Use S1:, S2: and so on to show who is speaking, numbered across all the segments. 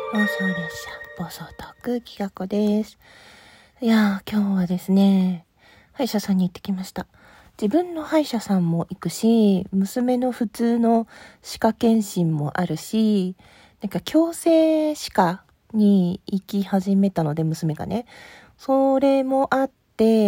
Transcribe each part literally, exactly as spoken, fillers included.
S1: 妄想列車暴走トークきがこです。いやー、今日はですね、歯医者さんに行ってきました。自分の歯医者さんも行くし、娘の普通の歯科検診もあるし、なんか矯正歯科に行き始めたので、娘がね、それもあって、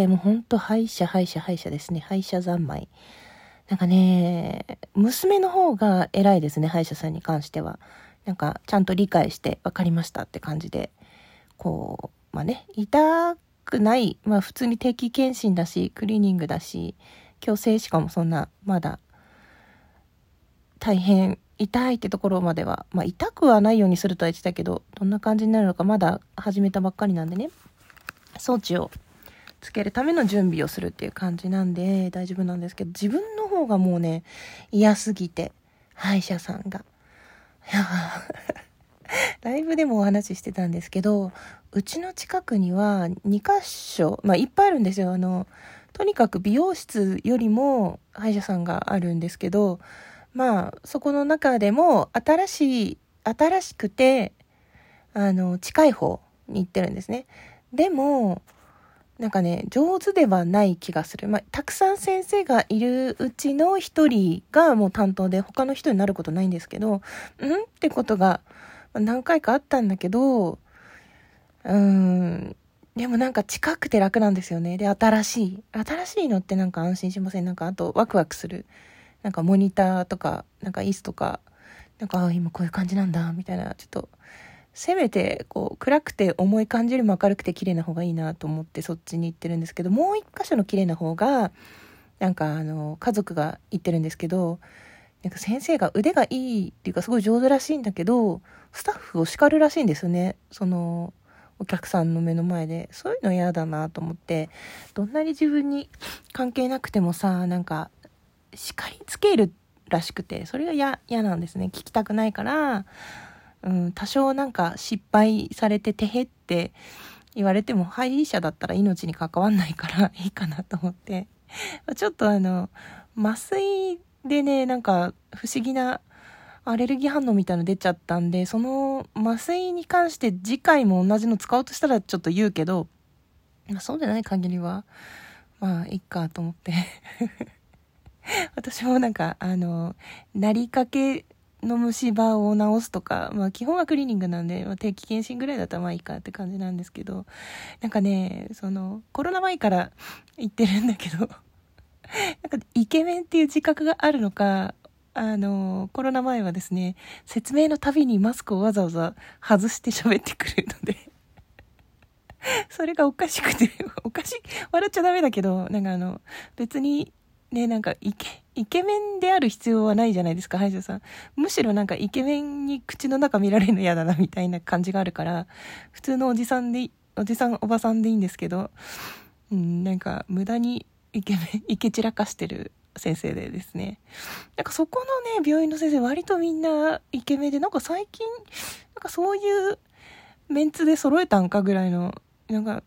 S1: もうほんと歯医者歯医者歯医者ですね。歯医者三昧。なんかね、娘の方が偉いですね、歯医者さんに関しては。なんかちゃんと理解して分かりましたって感じで、こうまあね、痛くない、まあ普通に定期検診だし、クリーニングだし、矯正歯科もそんなまだ大変痛いってところまでは、まあ痛くはないようにするとは言ってたけど、どんな感じになるのかまだ始めたばっかりなんでね、装置をつけるための準備をするっていう感じなんで大丈夫なんですけど、自分の方がもうね嫌すぎて、歯医者さんがいやライブでもお話ししてたんですけど、うちの近くにはにかしょ、まあいっぱいあるんですよ。あのとにかく美容室よりも歯医者さんがあるんですけど、まあそこの中でも新しい新しくてあの近い方に行ってるんですね。でもなんかね、上手ではない気がする。まあ、たくさん先生がいるうちの一人がもう担当で、他の人になることないんですけど、うんってことが何回かあったんだけど、うーん、でもなんか近くて楽なんですよね。で、新しい。新しいのってなんか安心しません？なんかあとワクワクする。なんかモニターとか、なんか椅子とか、なんかあ今こういう感じなんだ、みたいな、ちょっと、せめてこう暗くて重い感じよりも明るくて綺麗な方がいいなと思ってそっちに行ってるんですけど、もう一箇所の綺麗な方がなんかあの家族が行ってるんですけど、なんか先生が腕がいいっていうかすごい上手らしいんだけど、スタッフを叱るらしいんですよね、そのお客さんの目の前で。そういうの嫌だなと思って、どんなに自分に関係なくてもさ、なんか叱りつけるらしくて、それが嫌嫌なんですね。聞きたくないから、うん、多少なんか失敗されててへって言われても歯医者だったら命に関わんないからいいかなと思ってちょっとあの麻酔でね、なんか不思議なアレルギー反応みたいの出ちゃったんで、その麻酔に関して次回も同じの使おうとしたらちょっと言うけど、まあ、そうじゃない限りはまあいいかと思って私もなんかあのなりかけの虫歯を治すとか、まあ基本はクリーニングなんで、まあ、定期検診ぐらいだったらまあいいかって感じなんですけど、なんかね、そのコロナ前から言ってるんだけどなんかイケメンっていう自覚があるのか、あのコロナ前はですね、説明のたびにマスクをわざわざ外して喋ってくるのでそれがおかしくて、おかしい、笑っちゃダメだけど、なんかあの別にね、なんかイケイケメンである必要はないじゃないですか、歯医者さん。むしろなんかイケメンに口の中見られるの嫌だなみたいな感じがあるから、普通のおじさんでおじさんおばさんでいいんですけど、うん、なんか無駄にイケメンイケ散らかしてる先生でですね、なんかそこのね病院の先生割とみんなイケメンで、なんか最近なんかそういうメンツで揃えたんかぐらいのなんか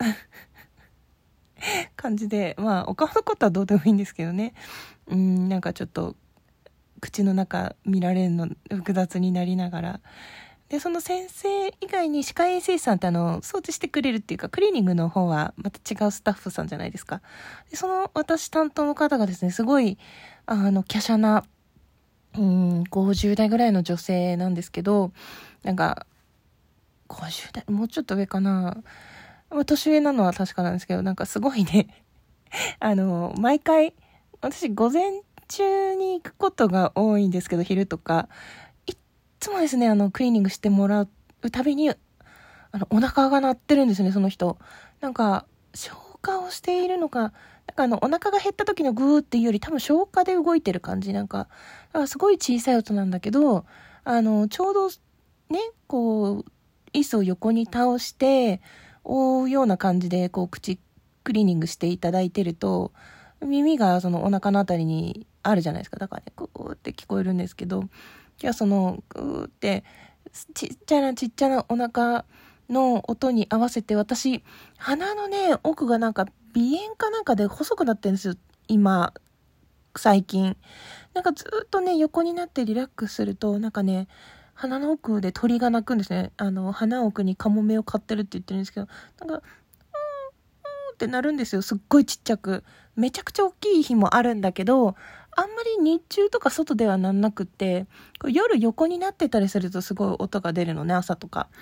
S1: 感じで、まあお顔のことはどうでもいいんですけどね、うん、なんかちょっと口の中見られるの複雑になりながら、でその先生以外に歯科衛生士さんってあの掃除してくれるっていうか、クリーニングの方はまた違うスタッフさんじゃないですか。でその私担当の方がですね、すごいあの華奢な、うん、ごじゅう代ぐらいの女性なんですけど、なんかごじゅう代もうちょっと上かな、年上なのは確かなんですけど、なんかすごいねあの毎回私午前中に行くことが多いんですけど、昼とかいっつもですね、あのクリーニングしてもらうたびにあのお腹が鳴ってるんですね、その人。なんか消化をしているのか、なんかあのお腹が減った時のグーっていうより多分消化で動いてる感じ。なんか、だからすごい小さい音なんだけど、あのちょうどね、こう椅子を横に倒して覆うような感じでこう口クリーニングしていただいてると、耳がそのお腹のあたりにあるじゃないですか。だからね、グーって聞こえるんですけど、じゃあそのグーってちっちゃなちっちゃなお腹の音に合わせて、私鼻のね奥がなんか鼻炎かなんかで細くなってるんですよ今最近。なんかずっとね横になってリラックスすると、なんかね鼻の奥で鳥が鳴くんですね。あの、鼻奥にカモメを飼ってるって言ってるんですけど、なんか、うーん、うーんってなるんですよ。すっごいちっちゃく。めちゃくちゃ大きい日もあるんだけど、あんまり日中とか外ではなんなくって、こう夜横になってたりするとすごい音が出るのね、朝とか。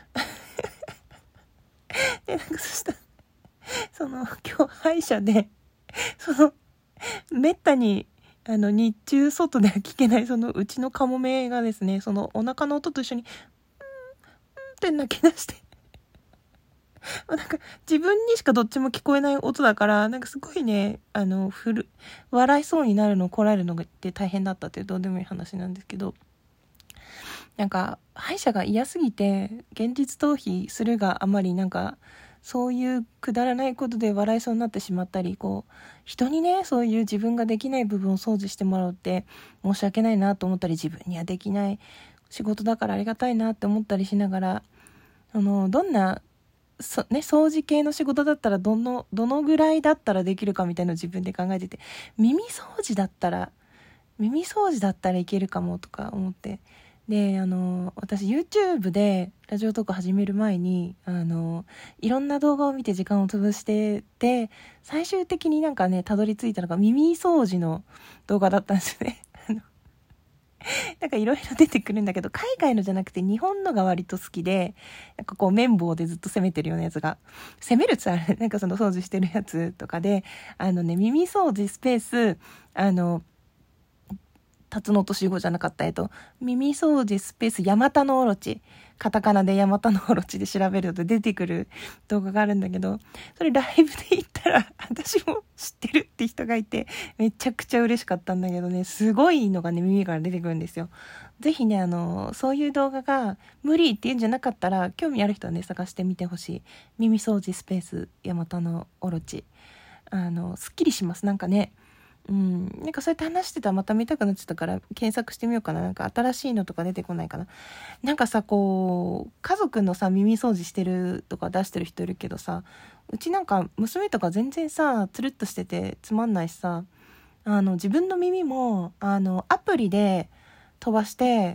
S1: で、なんかそしたら、その、今日歯医者で、その、めったに、あの、日中外では聞けない、そのうちのカモメがですね、そのお腹の音と一緒に、うーん、うーんって泣き出して、なんか自分にしかどっちも聞こえない音だから、なんかすごいね、あの、ふる、笑いそうになるのをこらえるのがって大変だったっていうどうでもいい話なんですけど、なんか、歯医者が嫌すぎて、現実逃避するがあまりなんか、そういうくだらないことで笑いそうになってしまったり、こう、人にね、そういう自分ができない部分を掃除してもらうって申し訳ないなと思ったり、自分にはできない仕事だからありがたいなって思ったりしながら、あの、どんな、そね、掃除系の仕事だったらどの、どのぐらいだったらできるかみたいなのを自分で考えてて、耳掃除だったら、耳掃除だったらいけるかもとか思って、で、あの、私 YouTube でラジオトーク始める前に、あの、いろんな動画を見て時間を潰してて、最終的になんかね、たどり着いたのが耳掃除の動画だったんですよね。あの、なんかいろいろ出てくるんだけど、海外のじゃなくて日本のが割と好きで、なんかこう綿棒でずっと攻めてるようなやつが、攻めるつある、なんかその掃除してるやつとかで、あのね、耳掃除スペース、あの、タツノオトシゴじゃなかった、えっと、耳掃除スペースヤマタノオロチ。カタカナでヤマタノオロチで調べると出てくる動画があるんだけど、それライブで言ったら、私も知ってるって人がいて、めちゃくちゃ嬉しかったんだけどね、すごいのがね、耳から出てくるんですよ。ぜひね、あの、そういう動画が無理っていうんじゃなかったら、興味ある人はね、探してみてほしい。耳掃除スペースヤマタノオロチ。あの、すっきりします。なんかね、うん、なんかそうやって話してたらまた見たくなっちゃったから検索してみようかな。なんか新しいのとか出てこないかな。なんかさ、こう、家族のさ、耳掃除してるとか出してる人いるけどさ、うちなんか娘とか全然さ、つるっとしててつまんないしさ、あの、自分の耳も、あの、アプリで飛ばして、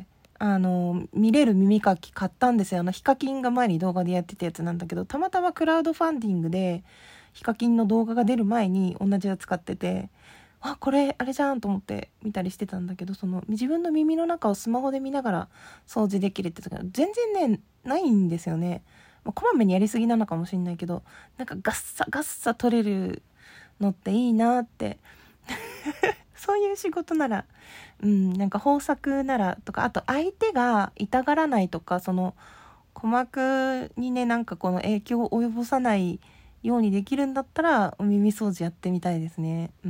S1: あの、見れる耳かき買ったんですよ。あの、ヒカキンが前に動画でやってたやつなんだけど、たまたまクラウドファンディングで、ヒカキンの動画が出る前に同じやつ使ってて、あ、これあれじゃんと思って見たりしてたんだけど、その自分の耳の中をスマホで見ながら掃除できるって言ったけど、全然ね、ないんですよね。まあ、こまめにやりすぎなのかもしれないけど、なんかガッサガッサ取れるのっていいなってそういう仕事なら、うん、なんか豊作ならとか、あと相手が痛がらないとか、その鼓膜にね、なんかこの影響を及ぼさないようにできるんだったら、お耳掃除やってみたいですね。うん。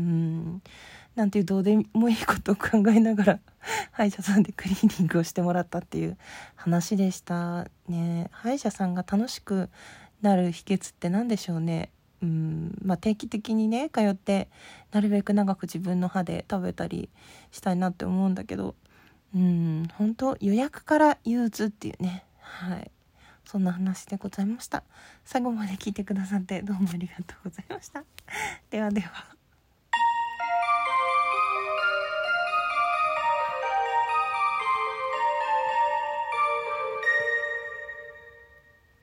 S1: なんていうどうでもいいことを考えながら、歯医者さんでクリーニングをしてもらったっていう話でしたね。歯医者さんが楽しくなる秘訣って何でしょうね。うん、まあ定期的にね、通って、なるべく長く自分の歯で食べたりしたいなって思うんだけど、うん、本当予約から憂鬱っていうね。はい。そんな話でございました。最後まで聞いてくださってどうもありがとうございました。ではでは。